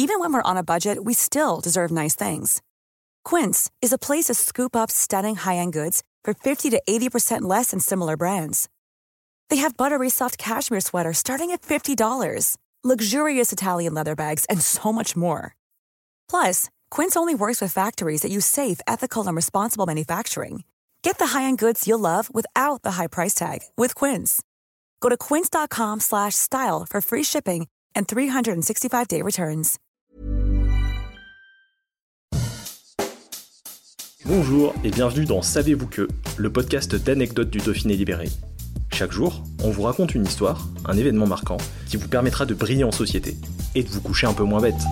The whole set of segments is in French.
Even when we're on a budget, we still deserve nice things. Quince is a place to scoop up stunning high-end goods for 50 to 80% less than similar brands. They have buttery soft cashmere sweaters starting at $50, luxurious Italian leather bags, and so much more. Plus, Quince only works with factories that use safe, ethical, and responsible manufacturing. Get the high-end goods you'll love without the high price tag with Quince. Go to quince.com/style for free shipping and 365-day returns. Bonjour et bienvenue dans Savez-vous que, le podcast d'anecdotes du Dauphiné libéré. Chaque jour, on vous raconte une histoire, un événement marquant, qui vous permettra de briller en société et de vous coucher un peu moins bête.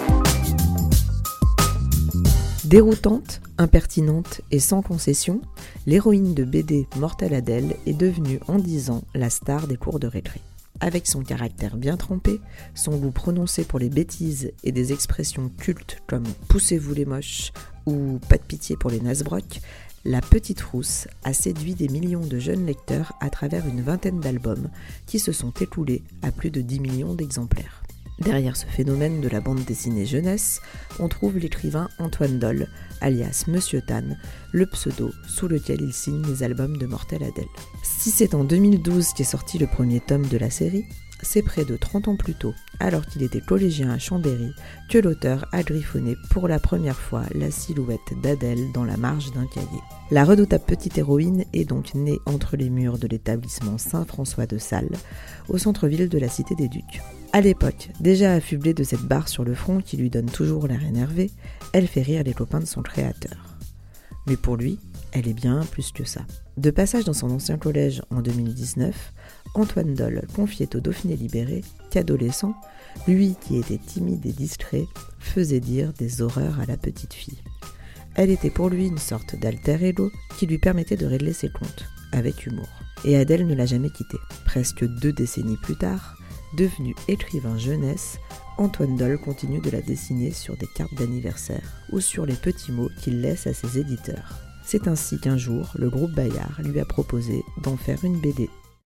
Déroutante, impertinente et sans concession, l'héroïne de BD Mortelle Adèle est devenue en 10 ans la star des cours de récré. Avec son caractère bien trempé, son goût prononcé pour les bêtises et des expressions cultes comme « poussez-vous les moches » ou « pas de pitié pour les nasbrocs », la Petite Rousse a séduit des millions de jeunes lecteurs à travers une vingtaine d'albums qui se sont écoulés à plus de 10 millions d'exemplaires. Derrière ce phénomène de la bande dessinée jeunesse, on trouve l'écrivain Antoine Dolle, alias Monsieur Tan, le pseudo sous lequel il signe les albums de Mortelle Adèle. Si c'est en 2012 qu'est sorti le premier tome de la série, c'est près de 30 ans plus tôt, alors qu'il était collégien à Chambéry, que l'auteur a griffonné pour la première fois la silhouette d'Adèle dans la marge d'un cahier. La redoutable petite héroïne est donc née entre les murs de l'établissement Saint-François de Sales, au centre-ville de la Cité des Ducs. À l'époque, déjà affublée de cette barre sur le front qui lui donne toujours l'air énervé, elle fait rire les copains de son créateur. Mais pour lui, elle est bien plus que ça. De passage dans son ancien collège en 2019, Antoine Dolle confiait au Dauphiné libéré qu'adolescent, lui qui était timide et discret, faisait dire des horreurs à la petite fille. Elle était pour lui une sorte d'alter ego qui lui permettait de régler ses comptes, avec humour. Et Adèle ne l'a jamais quitté. Presque 2 décennies plus tard, devenu écrivain jeunesse, Antoine Dolle continue de la dessiner sur des cartes d'anniversaire ou sur les petits mots qu'il laisse à ses éditeurs. C'est ainsi qu'un jour, le groupe Bayard lui a proposé d'en faire une BD.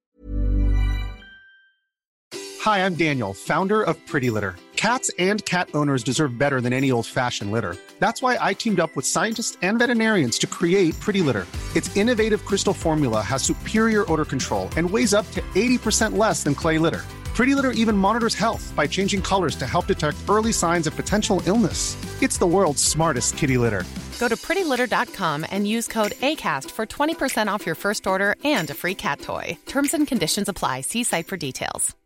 Hi, I'm Daniel, founder of Pretty Litter. Cats and cat owners deserve better than any old-fashioned litter. That's why I teamed up with scientists and veterinarians to create Pretty Litter. Its innovative crystal formula has superior odor control and weighs up to 80% less than clay litter. Pretty Litter even monitors health by changing colors to help detect early signs of potential illness. It's the world's smartest kitty litter. Go to prettylitter.com and use code ACAST for 20% off your first order and a free cat toy. Terms and conditions apply. See site for details.